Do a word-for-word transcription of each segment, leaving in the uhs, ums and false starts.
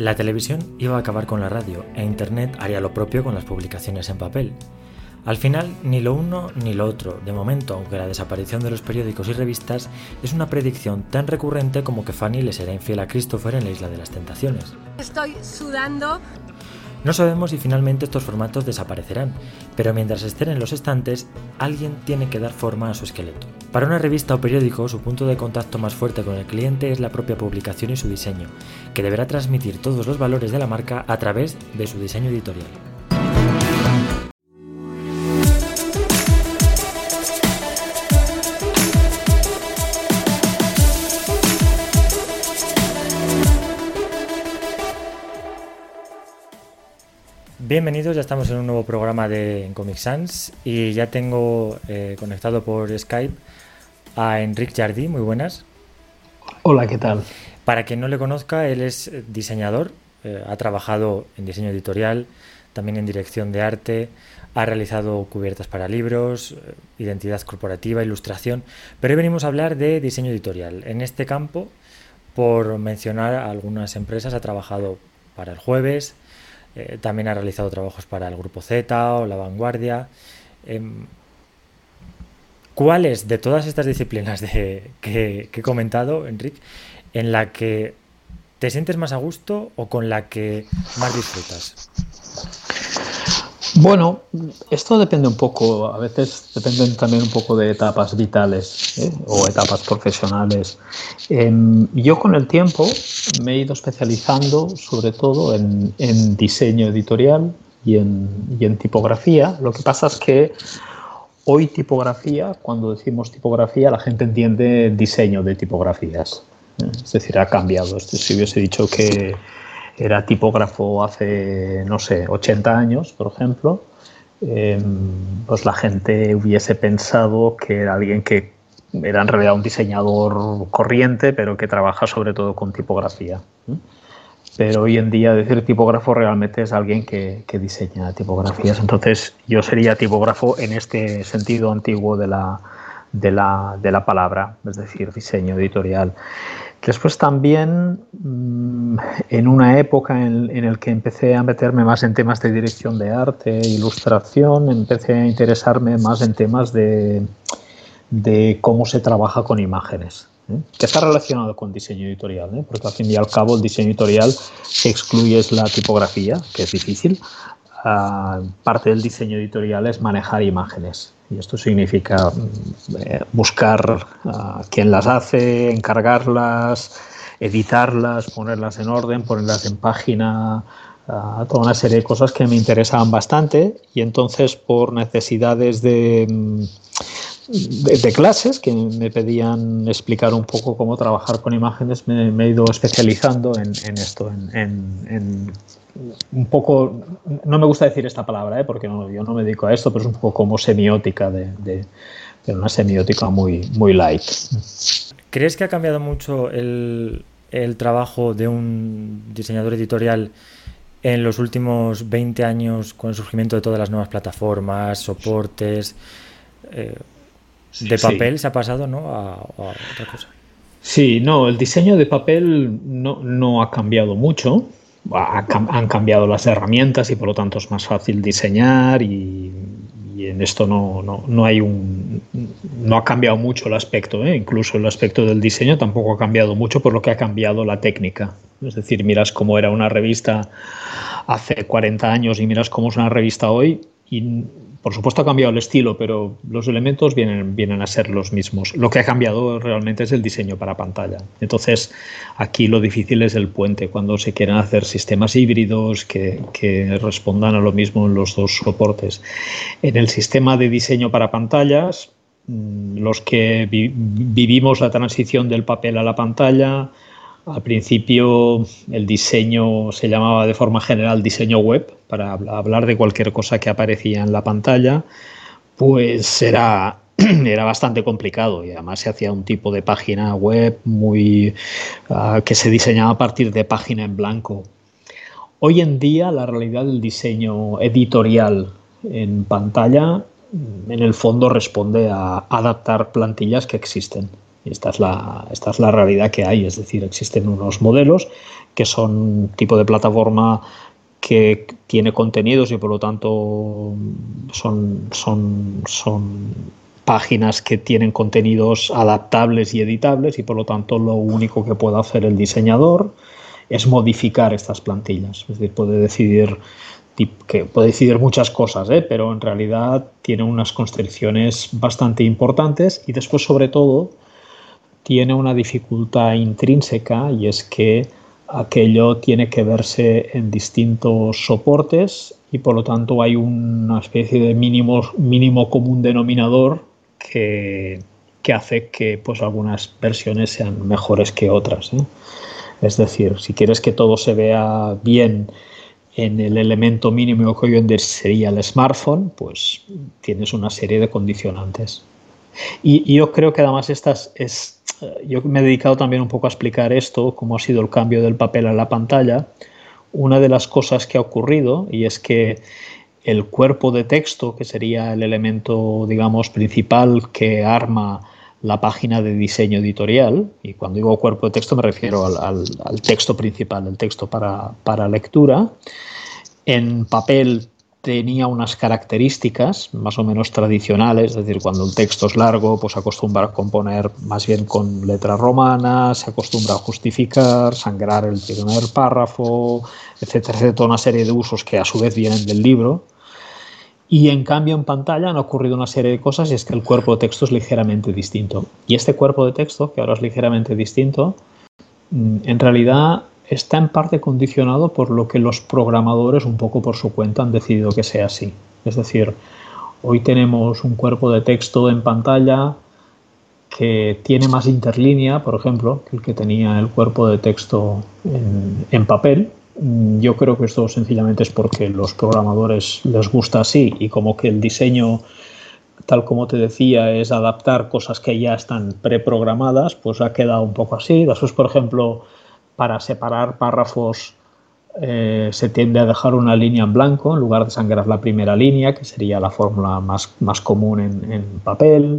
La televisión iba a acabar con la radio e Internet haría lo propio con las publicaciones en papel. Al final, ni lo uno ni lo otro, de momento, aunque la desaparición de los periódicos y revistas es una predicción tan recurrente como que Fanny le será infiel a Christopher en la Isla de las Tentaciones. Estoy sudando. No sabemos si finalmente estos formatos desaparecerán, pero mientras estén en los estantes, alguien tiene que dar forma a su esqueleto. Para una revista o periódico, su punto de contacto más fuerte con el cliente es la propia publicación y su diseño, que deberá transmitir todos los valores de la marca a través de su diseño editorial. Bienvenidos, ya estamos en un nuevo programa de Comic Sans y ya tengo eh, conectado por Skype a Enric Jardí. Muy buenas. Hola, ¿qué tal? Para quien no le conozca, él es diseñador, eh, ha trabajado en diseño editorial, también en dirección de arte, ha realizado cubiertas para libros, eh, identidad corporativa, ilustración, pero hoy venimos a hablar de diseño editorial. En este campo, por mencionar algunas empresas, ha trabajado para El Jueves, Eh, también ha realizado trabajos para el Grupo Z o La Vanguardia. Eh, ¿Cuál es de todas estas disciplinas de, que, que he comentado, Enric, en la que te sientes más a gusto o con la que más disfrutas? Bueno, esto depende un poco, a veces dependen también un poco de etapas vitales, ¿eh? o etapas profesionales. Eh, yo con el tiempo me he ido especializando sobre todo en, en diseño editorial y en, y en tipografía. Lo que pasa es que hoy tipografía, cuando decimos tipografía, la gente entiende diseño de tipografías, ¿eh? Es decir, ha cambiado. Si hubiese dicho que era tipógrafo hace, no sé, ochenta años, por ejemplo, eh, pues la gente hubiese pensado que era alguien que era en realidad un diseñador corriente, pero que trabaja sobre todo con tipografía. Pero hoy en día decir tipógrafo realmente es alguien que, que diseña tipografías. Entonces yo sería tipógrafo en este sentido antiguo de la, de la, de la palabra, es decir, diseño editorial. Después también, en una época en, en la que empecé a meterme más en temas de dirección de arte, ilustración, empecé a interesarme más en temas de, de cómo se trabaja con imágenes, ¿eh? Que está relacionado con diseño editorial, ¿eh? Porque al fin y al cabo el diseño editorial, si excluyes la tipografía, que es difícil, uh, parte del diseño editorial es manejar imágenes. Y esto significa eh, buscar uh, quién las hace, encargarlas, editarlas, ponerlas en orden, ponerlas en página, uh, toda una serie de cosas que me interesaban bastante. Y entonces, por necesidades de, de, de clases que me pedían explicar un poco cómo trabajar con imágenes, me, me he ido especializando en, en esto, en, en, en un poco, no me gusta decir esta palabra, ¿eh? Porque no, yo no me dedico a esto, pero es un poco como semiótica, de, de, de una semiótica muy, muy light. ¿Crees que ha cambiado mucho el, el trabajo de un diseñador editorial en los últimos veinte años con el surgimiento de todas las nuevas plataformas, soportes? Eh, de papel sí. Se ha pasado, ¿no?, a, a otra cosa. Sí, no, el diseño de papel no, no ha cambiado mucho. Han cambiado las herramientas y por lo tanto es más fácil diseñar y, y en esto no, no, no hay un no ha cambiado mucho el aspecto, ¿eh? Incluso el aspecto del diseño tampoco ha cambiado mucho, por lo que ha cambiado la técnica. Es decir, miras cómo era una revista hace cuarenta años y miras cómo es una revista hoy y por supuesto ha cambiado el estilo, pero los elementos vienen, vienen a ser los mismos. Lo que ha cambiado realmente es el diseño para pantalla. Entonces, aquí lo difícil es el puente, cuando se quieren hacer sistemas híbridos que, que respondan a lo mismo en los dos soportes. En el sistema de diseño para pantallas, los que vi, vivimos la transición del papel a la pantalla, al principio el diseño se llamaba de forma general diseño web, para hablar de cualquier cosa que aparecía en la pantalla, pues era, era bastante complicado y además se hacía un tipo de página web muy, uh, que se diseñaba a partir de página en blanco. Hoy en día la realidad del diseño editorial en pantalla en el fondo responde a adaptar plantillas que existen. Esta es la, esta es la realidad que hay, es decir, existen unos modelos que son tipo de plataforma que tiene contenidos y por lo tanto son, son, son páginas que tienen contenidos adaptables y editables, y por lo tanto lo único que puede hacer el diseñador es modificar estas plantillas. Es decir, puede decidir, que puede decidir muchas cosas, ¿eh? Pero en realidad tiene unas constricciones bastante importantes, y después, sobre todo, tiene una dificultad intrínseca, y es que aquello tiene que verse en distintos soportes y por lo tanto hay una especie de mínimo, mínimo común denominador que, que hace que pues, algunas versiones sean mejores que otras, ¿eh? Es decir, si quieres que todo se vea bien en el elemento mínimo que hoy en día sería el smartphone, pues tienes una serie de condicionantes. Y, y yo creo que además estas es, yo me he dedicado también un poco a explicar esto, cómo ha sido el cambio del papel a la pantalla. Una de las cosas que ha ocurrido, y es que el cuerpo de texto, que sería el elemento, digamos, principal que arma la página de diseño editorial, y cuando digo cuerpo de texto me refiero al, al, al texto principal, el texto para, para lectura, en papel tenía unas características más o menos tradicionales, es decir, cuando el texto es largo, pues se acostumbra a componer más bien con letras romanas, se acostumbra a justificar, sangrar el primer párrafo, etcétera, etcétera, toda una serie de usos que a su vez vienen del libro. Y en cambio en pantalla han ocurrido una serie de cosas, y es que el cuerpo de texto es ligeramente distinto. Y este cuerpo de texto, que ahora es ligeramente distinto, en realidad está en parte condicionado por lo que los programadores un poco por su cuenta han decidido que sea así. Es decir, hoy tenemos un cuerpo de texto en pantalla que tiene más interlínea, por ejemplo, que el que tenía el cuerpo de texto en, en papel. Yo creo que esto sencillamente es porque los programadores les gusta así, y como que el diseño, tal como te decía, es adaptar cosas que ya están preprogramadas, pues ha quedado un poco así. Después, por ejemplo, para separar párrafos eh, se tiende a dejar una línea en blanco en lugar de sangrar la primera línea, que sería la fórmula más, más común en, en papel.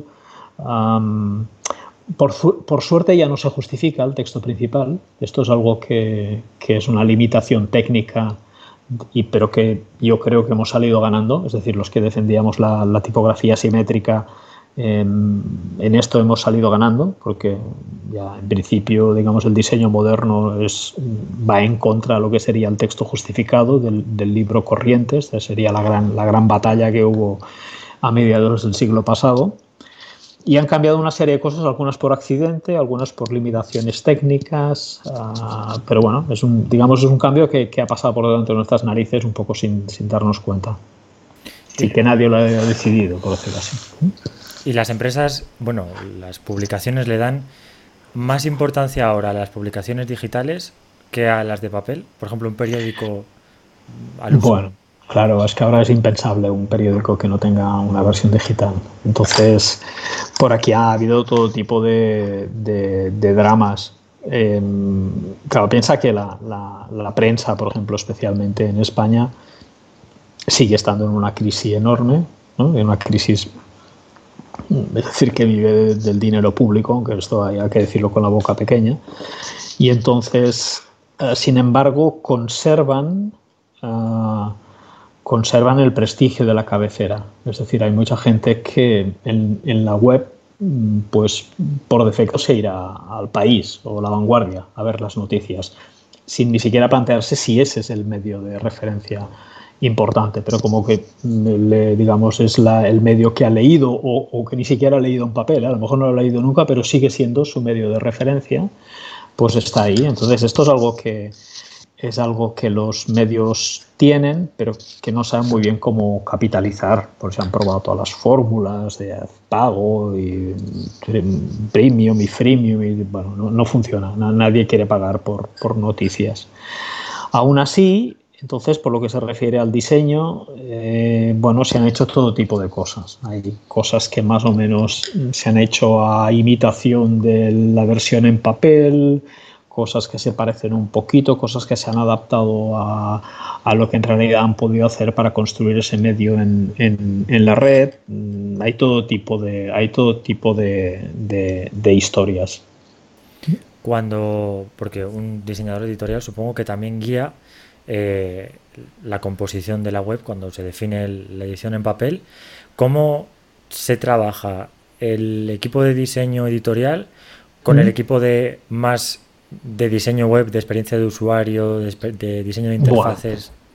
Um, por, por suerte ya no se justifica el texto principal. Esto es algo que, que es una limitación técnica, y, pero que yo creo que hemos salido ganando. Es decir, los que defendíamos la, la tipografía simétrica, eh, en esto hemos salido ganando, porque ya en principio, digamos, el diseño moderno es, va en contra de lo que sería el texto justificado del, del libro corriente. Esta sería la gran, la gran batalla que hubo a mediados del siglo pasado. Y han cambiado una serie de cosas, algunas por accidente, algunas por limitaciones técnicas, uh, pero bueno, es un, digamos, es un cambio que, que ha pasado por delante de nuestras narices un poco sin, sin darnos cuenta. Y que nadie lo haya decidido, por decirlo así. Y las empresas, bueno, las publicaciones le dan más importancia ahora a las publicaciones digitales que a las de papel. Por ejemplo, un periódico al uso. Bueno. Claro, es que ahora es impensable un periódico que no tenga una versión digital. Entonces, por aquí ha habido todo tipo de, de, de dramas. Eh, claro, piensa que la, la, la prensa, por ejemplo, especialmente en España, sigue estando en una crisis enorme, ¿no? En una crisis, es decir, que vive de, del dinero público, aunque esto hay que decirlo con la boca pequeña. Y entonces, eh, sin embargo, conservan... Uh, conservan el prestigio de la cabecera. Es decir, hay mucha gente que en, en la web, pues por defecto se irá al País o La Vanguardia a ver las noticias, sin ni siquiera plantearse si ese es el medio de referencia importante, pero como que, le, digamos, es la, el medio que ha leído o, o que ni siquiera ha leído en papel, ¿eh? A lo mejor no lo ha leído nunca, pero sigue siendo su medio de referencia, pues está ahí. Entonces esto es algo que es algo que los medios tienen, pero que no saben muy bien cómo capitalizar, porque se han probado todas las fórmulas de pago y premium y freemium, y bueno, no, no funciona, nadie quiere pagar por, por noticias. Aún así, entonces, por lo que se refiere al diseño, eh, bueno, se han hecho todo tipo de cosas. Hay cosas que más o menos se han hecho a imitación de la versión en papel, cosas que se parecen un poquito, cosas que se han adaptado a, a lo que en realidad han podido hacer para construir ese medio en, en, en la red. Hay todo tipo de, hay todo tipo de, de, de historias. Cuando, porque un diseñador editorial supongo que también guía eh, la composición de la web cuando se define el, la edición en papel. ¿Cómo se trabaja el equipo de diseño editorial con mm. el equipo de más de diseño web, de experiencia de usuario, de, de diseño de interfaces? Bueno.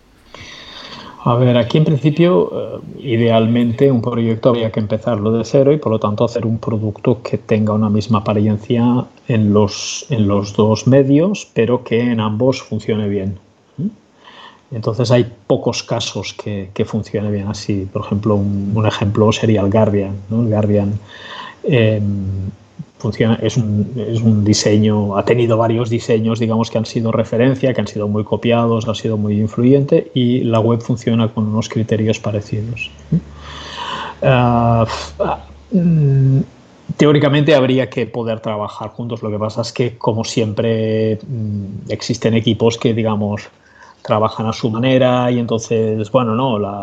A ver, aquí en principio, eh, idealmente un proyecto habría que empezarlo de cero y por lo tanto hacer un producto que tenga una misma apariencia en los, en los dos medios, pero que en ambos funcione bien. Entonces hay pocos casos que, que funcione bien así. Por ejemplo, un, un ejemplo sería el Guardian, ¿no? El Guardian eh, funciona, es un, es un diseño, ha tenido varios diseños, digamos, que han sido referencia, que han sido muy copiados, ha sido muy influyente y la web funciona con unos criterios parecidos. Uh, uh, teóricamente habría que poder trabajar juntos. Lo que pasa es que, como siempre, existen equipos que, digamos, trabajan a su manera y entonces, bueno, no, la,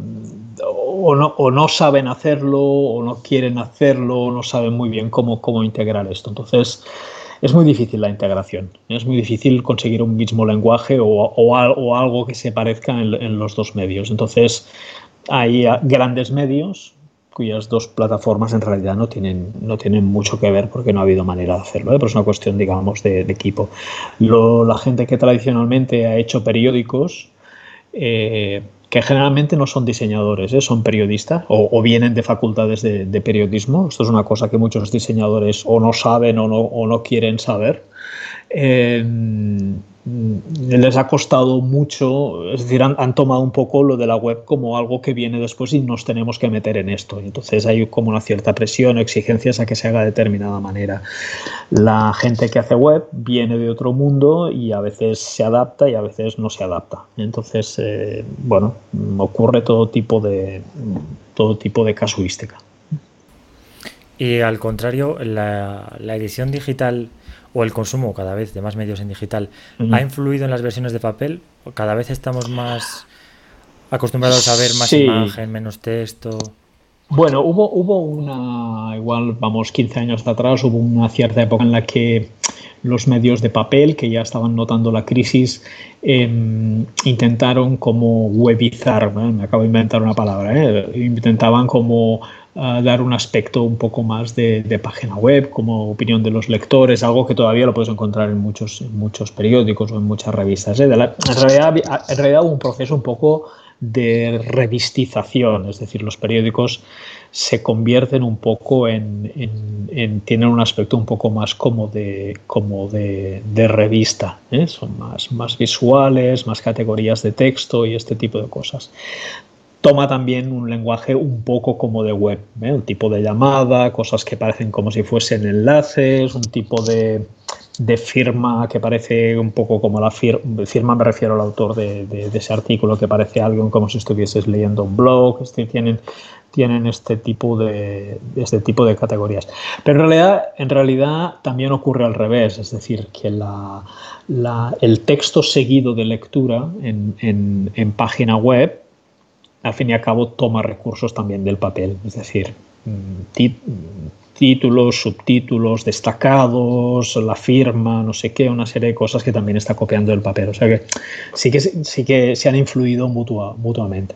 o no, o no saben hacerlo o no quieren hacerlo, o no saben muy bien cómo, cómo integrar esto. Entonces, es muy difícil la integración. Es muy difícil conseguir un mismo lenguaje o, o, o algo que se parezca en, en los dos medios. Entonces, hay grandes medios cuyas dos plataformas en realidad no tienen, no tienen mucho que ver porque no ha habido manera de hacerlo, ¿eh? Pero es una cuestión, digamos, de, de equipo. Lo, la gente que tradicionalmente ha hecho periódicos, eh, que generalmente no son diseñadores, ¿eh? Son periodistas o, o vienen de facultades de, de periodismo. Esto es una cosa que muchos diseñadores o no saben o no, o no quieren saber. Eh, les ha costado mucho, es decir, han, han tomado un poco lo de la web como algo que viene después y nos tenemos que meter en esto. Entonces hay como una cierta presión o exigencias a que se haga de determinada manera. La gente que hace web viene de otro mundo y a veces se adapta y a veces no se adapta. Entonces, eh, bueno, ocurre todo tipo de, todo tipo de casuística. Y al contrario, la, la edición digital o el consumo cada vez de más medios en digital, uh-huh. ¿ha influido en las versiones de papel? ¿O cada vez estamos más acostumbrados a ver más sí. imagen, menos texto? Bueno, hubo, hubo una, igual vamos quince años atrás, hubo una cierta época en la que los medios de papel, que ya estaban notando la crisis, eh, intentaron como webizar, ¿eh? Me acabo de inventar una palabra, ¿eh? Intentaban como Uh, dar un aspecto un poco más de, de página web, como opinión de los lectores, algo que todavía lo puedes encontrar en muchos, en muchos periódicos o en muchas revistas, ¿eh? De la, en, realidad, en realidad hubo un proceso un poco de revistización, es decir, los periódicos se convierten un poco en, en, en tienen un aspecto un poco más como de, como de, de revista, ¿eh? Son más, más visuales, más categorías de texto y este tipo de cosas. Toma también un lenguaje un poco como de web, ¿eh? Un tipo de llamada, cosas que parecen como si fuesen enlaces, un tipo de, de firma que parece un poco como la firma, firma me refiero al autor de, de, de ese artículo, que parece algo como si estuvieses leyendo un blog, este, tienen, tienen este tipo de, este tipo de categorías. Pero en realidad, en realidad también ocurre al revés, es decir, que la, la, el texto seguido de lectura en, en, en página web al fin y al cabo toma recursos también del papel, es decir, títulos, subtítulos, destacados, la firma, no sé qué, una serie de cosas que también está copiando del papel. O sea que sí que, sí que se han influido mutua, mutuamente.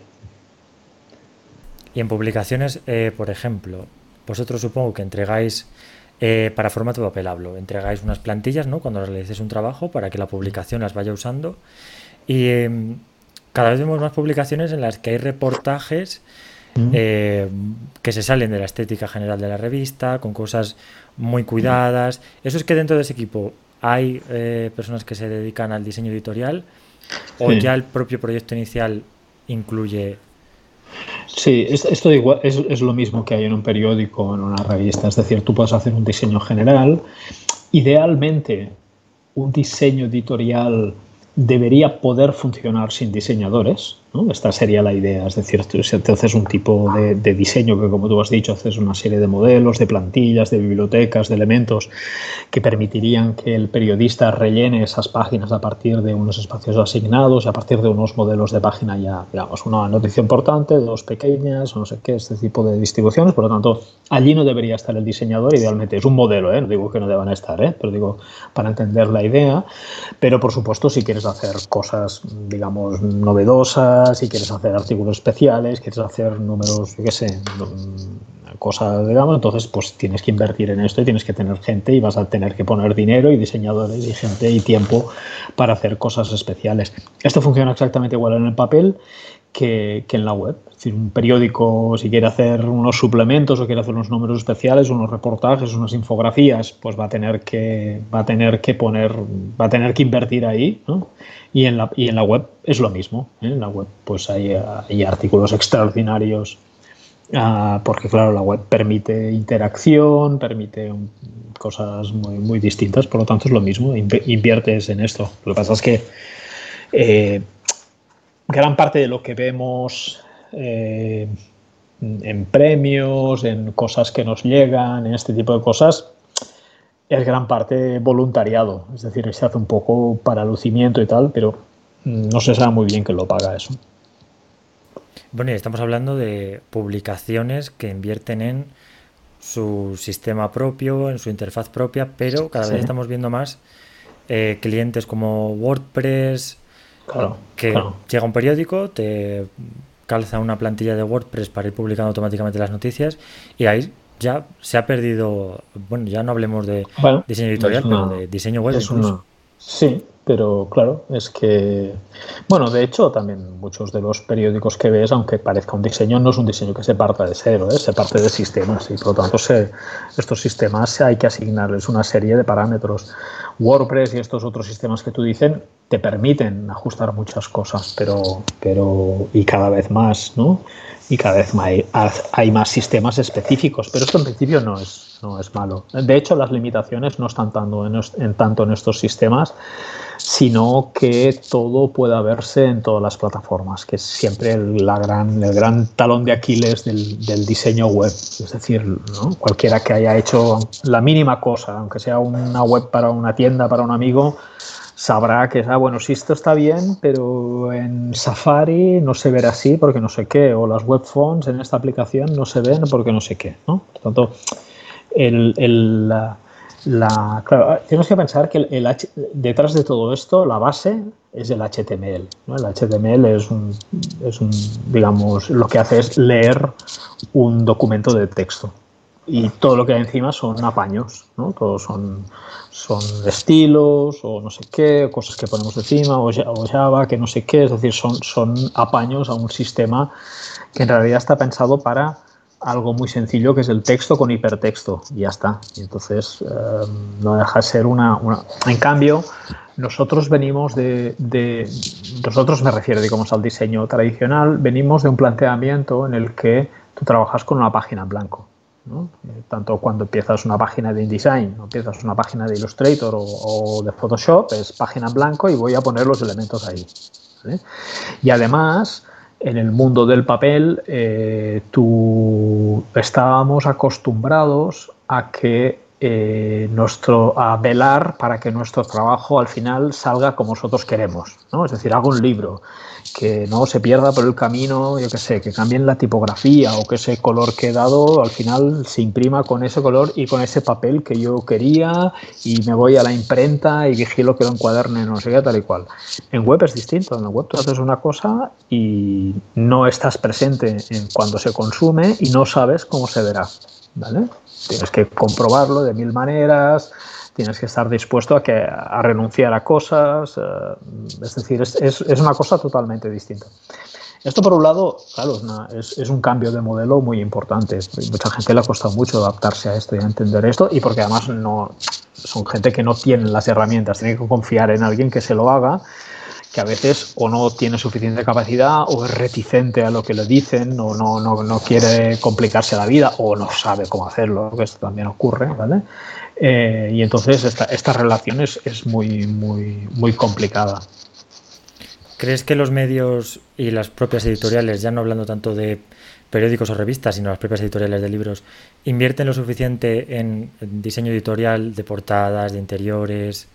Y en publicaciones, eh, por ejemplo, vosotros supongo que entregáis, eh, para formato de papel hablo, entregáis unas plantillas, ¿no?, cuando realizáis un trabajo para que la publicación las vaya usando. Y eh, cada vez vemos más publicaciones en las que hay reportajes mm. eh, que se salen de la estética general de la revista, con cosas muy cuidadas. ¿Eso es que dentro de ese equipo hay eh, personas que se dedican al diseño editorial o sí. ya el propio proyecto inicial incluye? Sí, esto igual, es, es lo mismo que hay en un periódico o en una revista. Es decir, tú puedes hacer un diseño general. Idealmente, un diseño editorial debería poder funcionar sin diseñadores, ¿no? Esta sería la idea, es decir, tú, si te haces un tipo de, de diseño que, como tú has dicho, haces una serie de modelos, de plantillas, de bibliotecas, de elementos que permitirían que el periodista rellene esas páginas a partir de unos espacios asignados, a partir de unos modelos de página ya, digamos, una noticia importante, dos pequeñas, no sé qué, este tipo de distribuciones. Por lo tanto, allí no debería estar el diseñador, idealmente. Es un modelo, ¿eh? No digo que no deban estar, ¿eh? Pero digo, para entender la idea. Pero, por supuesto, si quieres hacer cosas, digamos, novedosas, si quieres hacer artículos especiales, quieres hacer números, yo qué sé, cosas, digamos, entonces pues tienes que invertir en esto y tienes que tener gente y vas a tener que poner dinero y diseñadores y gente y tiempo para hacer cosas especiales. Esto funciona exactamente igual en el papel que, que en la web. Es decir, un periódico, si quiere hacer unos suplementos o quiere hacer unos números especiales, unos reportajes, unas infografías, pues va a tener que, va a tener que poner, va a tener que invertir ahí, ¿no? Y en la, y en la web es lo mismo, ¿eh? En la web pues hay, hay artículos extraordinarios. Uh, porque claro, la web permite interacción, permite un, cosas muy, muy distintas, por lo tanto es lo mismo, inviertes en esto. Lo que pasa es que eh, gran parte de lo que vemos eh, en premios, en cosas que nos llegan, en este tipo de cosas, es gran parte voluntariado, es decir, se hace un poco para lucimiento y tal, pero no se sabe muy bien quién lo paga eso. Bueno, y estamos hablando de publicaciones que invierten en su sistema propio, en su interfaz propia, pero cada sí. vez estamos viendo más eh, clientes como WordPress, claro, que claro. llega un periódico, te calza una plantilla de WordPress para ir publicando automáticamente las noticias y ahí ya se ha perdido, bueno, ya no hablemos de bueno, diseño editorial, una, pero de diseño web incluso. Una, sí, pero claro, es que, bueno, de hecho también muchos de los periódicos que ves, aunque parezca un diseño, no es un diseño que se parta de cero, ¿eh? Se parte de sistemas y por lo tanto se, estos sistemas hay que asignarles una serie de parámetros. WordPress y estos otros sistemas que tú dicen te permiten ajustar muchas cosas, pero, pero y cada vez más, ¿no? Y cada vez más hay, hay más sistemas específicos, pero esto en principio no es, no es malo. De hecho, las limitaciones no están tanto en, en, tanto en estos sistemas, sino que todo pueda verse en todas las plataformas, que es siempre el, la gran, el gran talón de Aquiles del, del diseño web. Es decir, ¿no? Cualquiera que haya hecho la mínima cosa, aunque sea una web para una tienda, para un amigo, sabrá que, ah, bueno, sí, esto está bien, pero en Safari no se verá así porque no sé qué, o las web fonts en esta aplicación no se ven porque no sé qué, ¿no? Por tanto, el, el, la, la, claro, tenemos que pensar que el, el H, detrás de todo esto, la base es el H T M L, ¿no? El H T M L es un, es un, digamos, lo que hace es leer un documento de texto. Y todo lo que hay encima son apaños, ¿no? Todos son, son estilos o no sé qué, cosas que ponemos encima, o Java, que no sé qué. Es decir, son, son apaños a un sistema que en realidad está pensado para algo muy sencillo, que es el texto con hipertexto. Y ya está. Y entonces, eh, no deja de ser una, una... En cambio, nosotros venimos de, de... Nosotros, me refiero, digamos, al diseño tradicional, venimos de un planteamiento en el que tú trabajas con una página en blanco, ¿no? Tanto cuando empiezas una página de InDesign o empiezas una página de Illustrator o, o de Photoshop, es página en blanco y voy a poner los elementos ahí, ¿vale? Y además, en el mundo del papel, eh, tú, estábamos acostumbrados a que eh, nuestro, a velar para que nuestro trabajo al final salga como nosotros queremos, ¿no? Es decir, hago un libro, que no se pierda por el camino, yo qué sé, que cambien la tipografía o que ese color que he dado al final se imprima con ese color y con ese papel que yo quería y me voy a la imprenta y vigilo que lo encuaderne, no sé qué, tal y cual. En web es distinto, en la web tú haces una cosa y no estás presente en cuando se consume y no sabes cómo se verá, ¿vale? Tienes que comprobarlo de mil maneras, tienes que estar dispuesto a, que, a renunciar a cosas, eh, es decir, es, es, es una cosa totalmente distinta. Esto, por un lado, claro, es, una, es, es un cambio de modelo muy importante. Mucha gente le ha costado mucho adaptarse a esto y a entender esto, y porque además no, son gente que no tienen las herramientas, tienen que confiar en alguien que se lo haga, que a veces o no tiene suficiente capacidad o es reticente a lo que le dicen o no, no, no quiere complicarse la vida o no sabe cómo hacerlo, que esto también ocurre, ¿vale? Eh, y entonces esta, esta relación es, es muy, muy, muy complicada. ¿crees que los medios y las propias editoriales, ya no hablando tanto de periódicos o revistas, sino las propias editoriales de libros, invierten lo suficiente en diseño editorial de portadas, de interiores?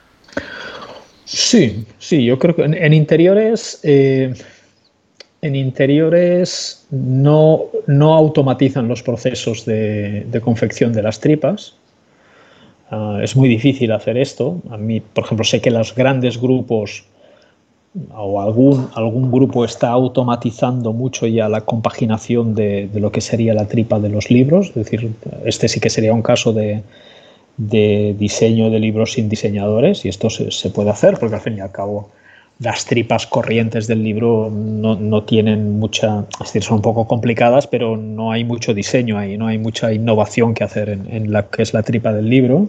Sí, sí, yo creo que en, en interiores... Eh... En interiores no, no automatizan los procesos de, de confección de las tripas. Uh, es muy difícil hacer esto. A mí, por ejemplo, sé que los grandes grupos o algún, algún grupo está automatizando mucho ya la compaginación de, de lo que sería la tripa de los libros. Es decir, este sí que sería un caso de, de diseño de libros sin diseñadores, y esto se, se puede hacer porque al fin y al cabo las tripas corrientes del libro no, no tienen mucha, es decir, son un poco complicadas, pero no hay mucho diseño ahí, no hay mucha innovación que hacer en, en la que es la tripa del libro.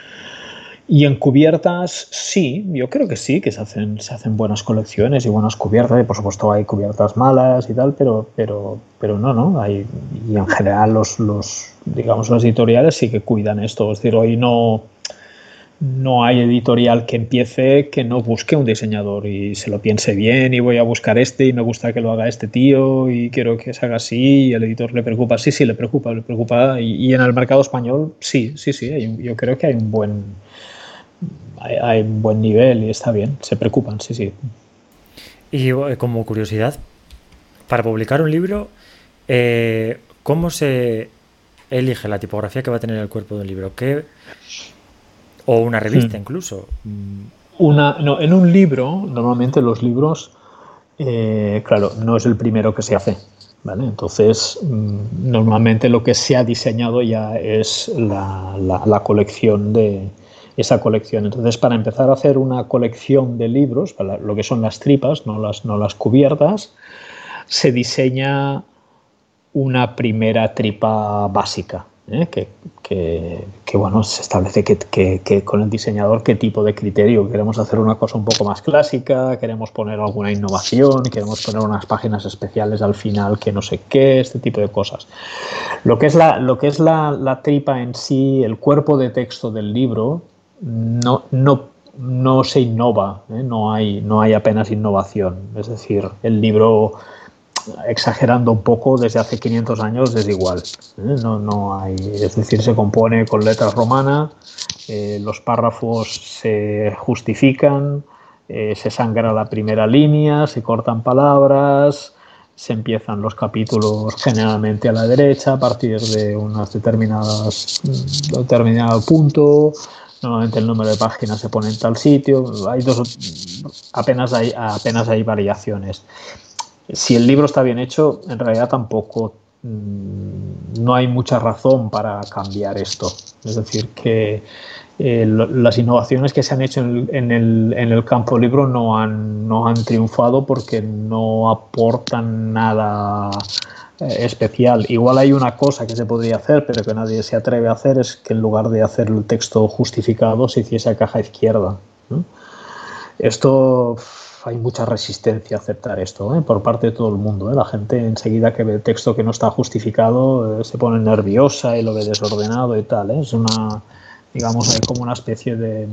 Y en cubiertas, sí, yo creo que sí, que se hacen, se hacen buenas colecciones y buenas cubiertas, y por supuesto hay cubiertas malas y tal, pero, pero, pero no, no, hay, y en general los, los, digamos, las editoriales sí que cuidan esto, es decir, hoy no... No hay editorial que empiece que no busque un diseñador y se lo piense bien y voy a buscar este y me gusta que lo haga este tío y quiero que se haga así y al editor le preocupa. Sí, sí, le preocupa, le preocupa. Y, y en el mercado español, sí, sí, sí. Hay, yo creo que hay un buen hay, hay un buen nivel y está bien. Se preocupan, sí, sí. Y eh, como curiosidad, para publicar un libro, eh, ¿cómo se elige la tipografía que va a tener el cuerpo de un libro? ¿Qué... O una revista, hmm. incluso. Una, no, en un libro, normalmente los libros, eh, claro, no es el primero que se hace, ¿vale? Entonces, mmm, normalmente lo que se ha diseñado ya es la, la, la colección de esa colección. Entonces, para empezar a hacer una colección de libros, para lo que son las tripas, no las, no las cubiertas, se diseña una primera tripa básica. ¿Eh? Que, que, que bueno, se establece que, que, que con el diseñador qué tipo de criterio. Queremos hacer una cosa un poco más clásica, queremos poner alguna innovación, queremos poner unas páginas especiales al final que no sé qué, este tipo de cosas. Lo que es la, lo que es la, la tripa en sí, el cuerpo de texto del libro, no, no, no se innova, ¿eh? no hay, no hay apenas innovación. Es decir, el libro, exagerando un poco, desde hace quinientos años es igual, ¿eh? no, no hay, es decir, se compone con letras romanas, eh, los párrafos se justifican, eh, se sangra la primera línea, se cortan palabras, se empiezan los capítulos generalmente a la derecha a partir de unas determinadas determinado punto. Normalmente el número de páginas se pone en tal sitio. Hay dos, apenas hay apenas hay variaciones. Si el libro está bien hecho, en realidad tampoco mmm, no hay mucha razón para cambiar esto. Es decir, que eh, lo, las innovaciones que se han hecho en el, en el, en el campo libro no han, no han triunfado porque no aportan nada eh, especial. Igual hay una cosa que se podría hacer, pero que nadie se atreve a hacer, es que en lugar de hacer el texto justificado se hiciese a caja izquierda, ¿no? Esto... hay mucha resistencia a aceptar esto, ¿eh? por parte de todo el mundo, ¿eh? La gente enseguida que ve el texto que no está justificado eh, se pone nerviosa y lo ve desordenado y tal, ¿eh? Es una, digamos, hay como una especie de,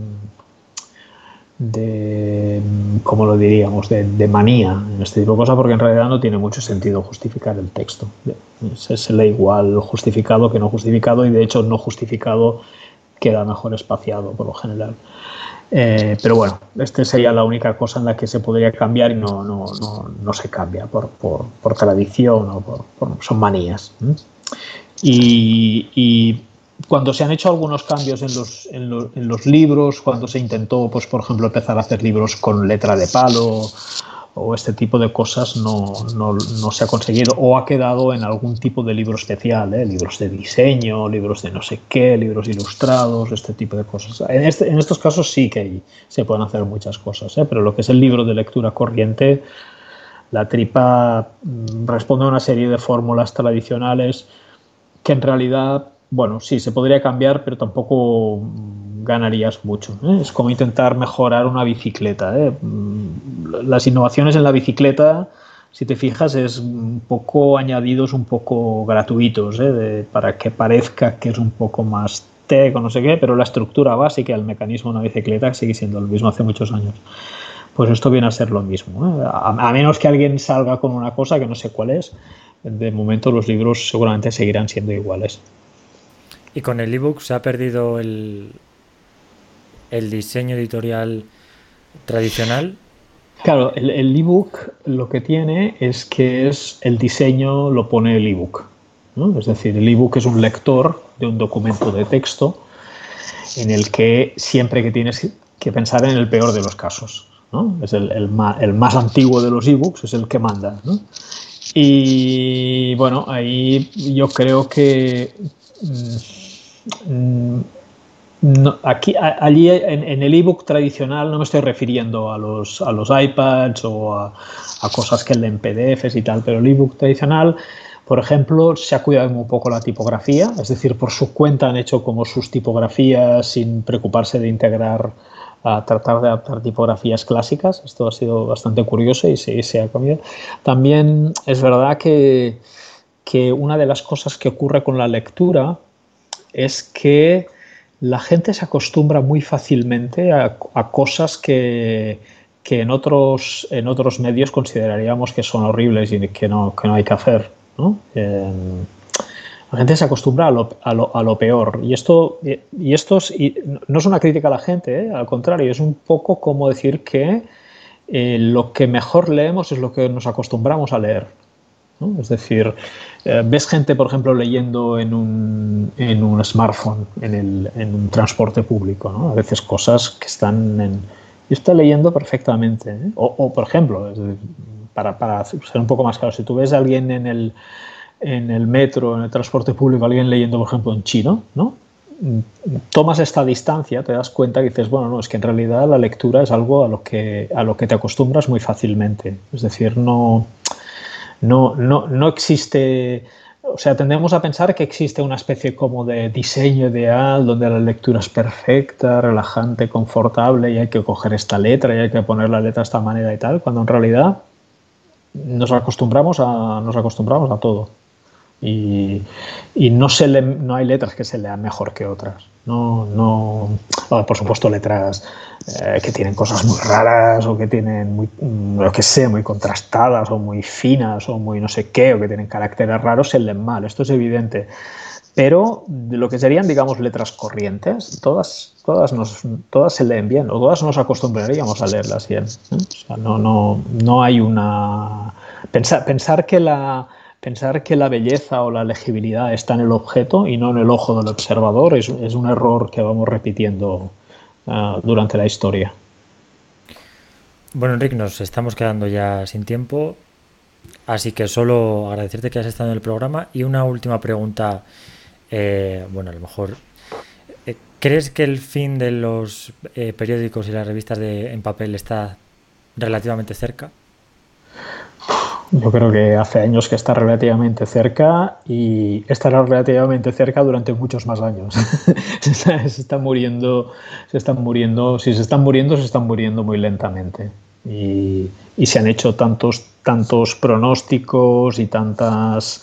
de ¿cómo lo diríamos?, de, de manía en este tipo de cosas, porque en realidad no tiene mucho sentido justificar el texto. Se, se lee igual justificado que no justificado, y de hecho no justificado queda mejor espaciado por lo general. Eh, pero bueno, esta sería la única cosa en la que se podría cambiar y no, no, no, no se cambia por, por, por tradición o por, por, son manías. ¿eh? Y, y cuando se han hecho algunos cambios en los, en, los, en los libros, cuando se intentó, pues por ejemplo, empezar a hacer libros con letra de palo o este tipo de cosas, no, no, no se ha conseguido, o ha quedado en algún tipo de libro especial, ¿eh? Libros de diseño, libros de no sé qué, libros ilustrados, este tipo de cosas. En, este, en estos casos sí que hay, se pueden hacer muchas cosas, ¿eh? Pero lo que es el libro de lectura corriente, la tripa responde a una serie de fórmulas tradicionales que en realidad, bueno, sí, se podría cambiar, pero tampoco ganarías mucho, ¿eh? Es como intentar mejorar una bicicleta, ¿eh? Las innovaciones en la bicicleta, si te fijas, es un poco añadidos, un poco gratuitos, ¿eh? De, para que parezca que es un poco más tech o no sé qué, pero la estructura básica, el mecanismo de una bicicleta sigue siendo el mismo hace muchos años. pues esto viene a ser lo mismo, ¿eh? A, a menos que alguien salga con una cosa que no sé cuál es, de momento los libros seguramente seguirán siendo iguales. ¿Y con el ebook se ha perdido el, el diseño editorial tradicional? Claro, el, el ebook lo que tiene es que es el diseño lo pone el ebook, ¿no? Es decir, el ebook es un lector de un documento de texto en el que siempre que tienes que pensar en el peor de los casos, ¿no? Es el, el, más, el más antiguo de los ebooks, es el que manda, ¿no? Y bueno, ahí yo creo que mmm, no, aquí, a, allí en, en el ebook tradicional no me estoy refiriendo a los, a los iPads o a, a cosas que leen P D Fs y tal, pero el ebook tradicional, por ejemplo, se ha cuidado un poco la tipografía, es decir, por su cuenta han hecho como sus tipografías sin preocuparse de integrar, a tratar de adaptar tipografías clásicas. Esto ha sido bastante curioso y sí, se ha cambiado. También es verdad que, que una de las cosas que ocurre con la lectura es que la gente se acostumbra muy fácilmente a, a cosas que, que en, otros, en otros medios consideraríamos que son horribles y que no, que no hay que hacer, ¿no? Eh, la gente se acostumbra a lo, a lo, a lo peor. Y esto, y esto es, y no es una crítica a la gente, ¿eh? Al contrario, es un poco como decir que eh, lo que mejor leemos es lo que nos acostumbramos a leer, ¿no? Es decir, eh, ves gente, por ejemplo, leyendo en un, en un smartphone, en, el, en un transporte público, ¿no? A veces cosas que están en... Yo estoy leyendo perfectamente, ¿eh? O, o, por ejemplo, para, para ser un poco más claro, si tú ves a alguien en el, en el metro, en el transporte público, alguien leyendo, por ejemplo, en chino, ¿no? Tomas esta distancia, te das cuenta y dices, bueno, no, es que en realidad la lectura es algo a lo que, a lo que te acostumbras muy fácilmente. Es decir, no... No, no, no existe, o sea, tendemos a pensar que existe una especie como de diseño ideal donde la lectura es perfecta, relajante, confortable y hay que coger esta letra y hay que poner la letra de esta manera y tal, cuando en realidad nos acostumbramos a, nos acostumbramos a todo. Y, y no, se le, no hay letras que se lean mejor que otras. No, no, oh, por supuesto, letras eh, que tienen cosas muy raras o que tienen muy, lo que sé, muy contrastadas o muy finas o muy no sé qué, o que tienen caracteres raros, se leen mal. Esto es evidente. Pero de lo que serían, digamos, letras corrientes, todas, todas, nos, todas se leen bien, o todas nos acostumbraríamos a leerlas bien, ¿eh? O sea, no, no, no hay una... Pensar, pensar que la... Pensar que la belleza o la legibilidad está en el objeto y no en el ojo del observador es, es un error que vamos repitiendo uh, durante la historia. Bueno, Enric, nos estamos quedando ya sin tiempo, así que solo agradecerte que has estado en el programa y una última pregunta, eh, bueno, a lo mejor, eh, ¿crees que el fin de los eh, periódicos y las revistas de, en papel está relativamente cerca? Yo creo que hace años que está relativamente cerca y estará relativamente cerca durante muchos más años. se están muriendo, se están muriendo, si se están muriendo, se están muriendo muy lentamente. Y, y se han hecho tantos, tantos pronósticos y tantas...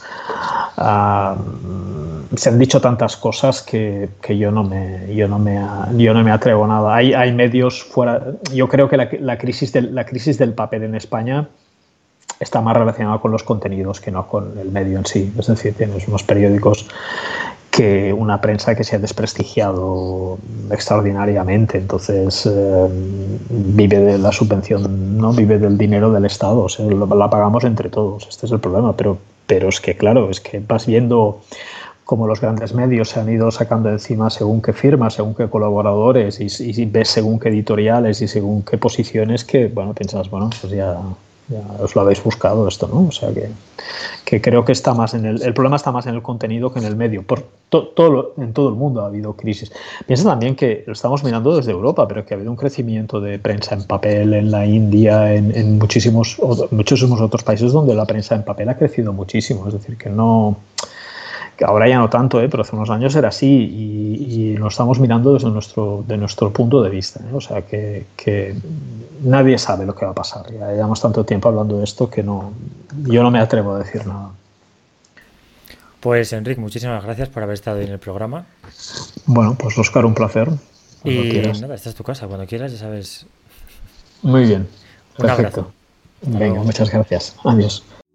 Uh, se han dicho tantas cosas que, que yo, no me, yo, no me, yo no me atrevo a nada. Hay, hay medios fuera... Yo creo que la, la, crisis del, la crisis del papel en España está más relacionado con los contenidos que no con el medio en sí. Es decir, tienes unos periódicos que una prensa que se ha desprestigiado extraordinariamente, entonces eh, vive de la subvención, no vive del dinero del Estado, o sea, la pagamos entre todos. Este es el problema, pero, pero es que claro, es que vas viendo cómo los grandes medios se han ido sacando encima según qué firmas, según qué colaboradores y, y ves según qué editoriales y según qué posiciones que, bueno, piensas, bueno, pues ya... Ya os lo habéis buscado esto, ¿no? O sea que, que creo que está más en el... El problema está más en el contenido que en el medio. Por to, todo, en todo el mundo ha habido crisis. Piensa también que lo estamos mirando desde Europa, pero que ha habido un crecimiento de prensa en papel en la India, en, en muchísimos, muchísimos otros países donde la prensa en papel ha crecido muchísimo. Es decir, que no... que ahora ya no tanto, ¿eh? Pero hace unos años era así y, y lo estamos mirando desde nuestro, de nuestro punto de vista, ¿eh? O sea que, que nadie sabe lo que va a pasar. Ya llevamos tanto tiempo hablando de esto que no, yo no me atrevo a decir nada. Pues Enric, muchísimas gracias por haber estado en el programa. Bueno, pues Óscar, un placer. Y quieras. Nada, esta es tu casa, cuando quieras, ya sabes. Muy bien. Un Perfecto. abrazo. Hasta Venga, luego. muchas gracias. Adiós.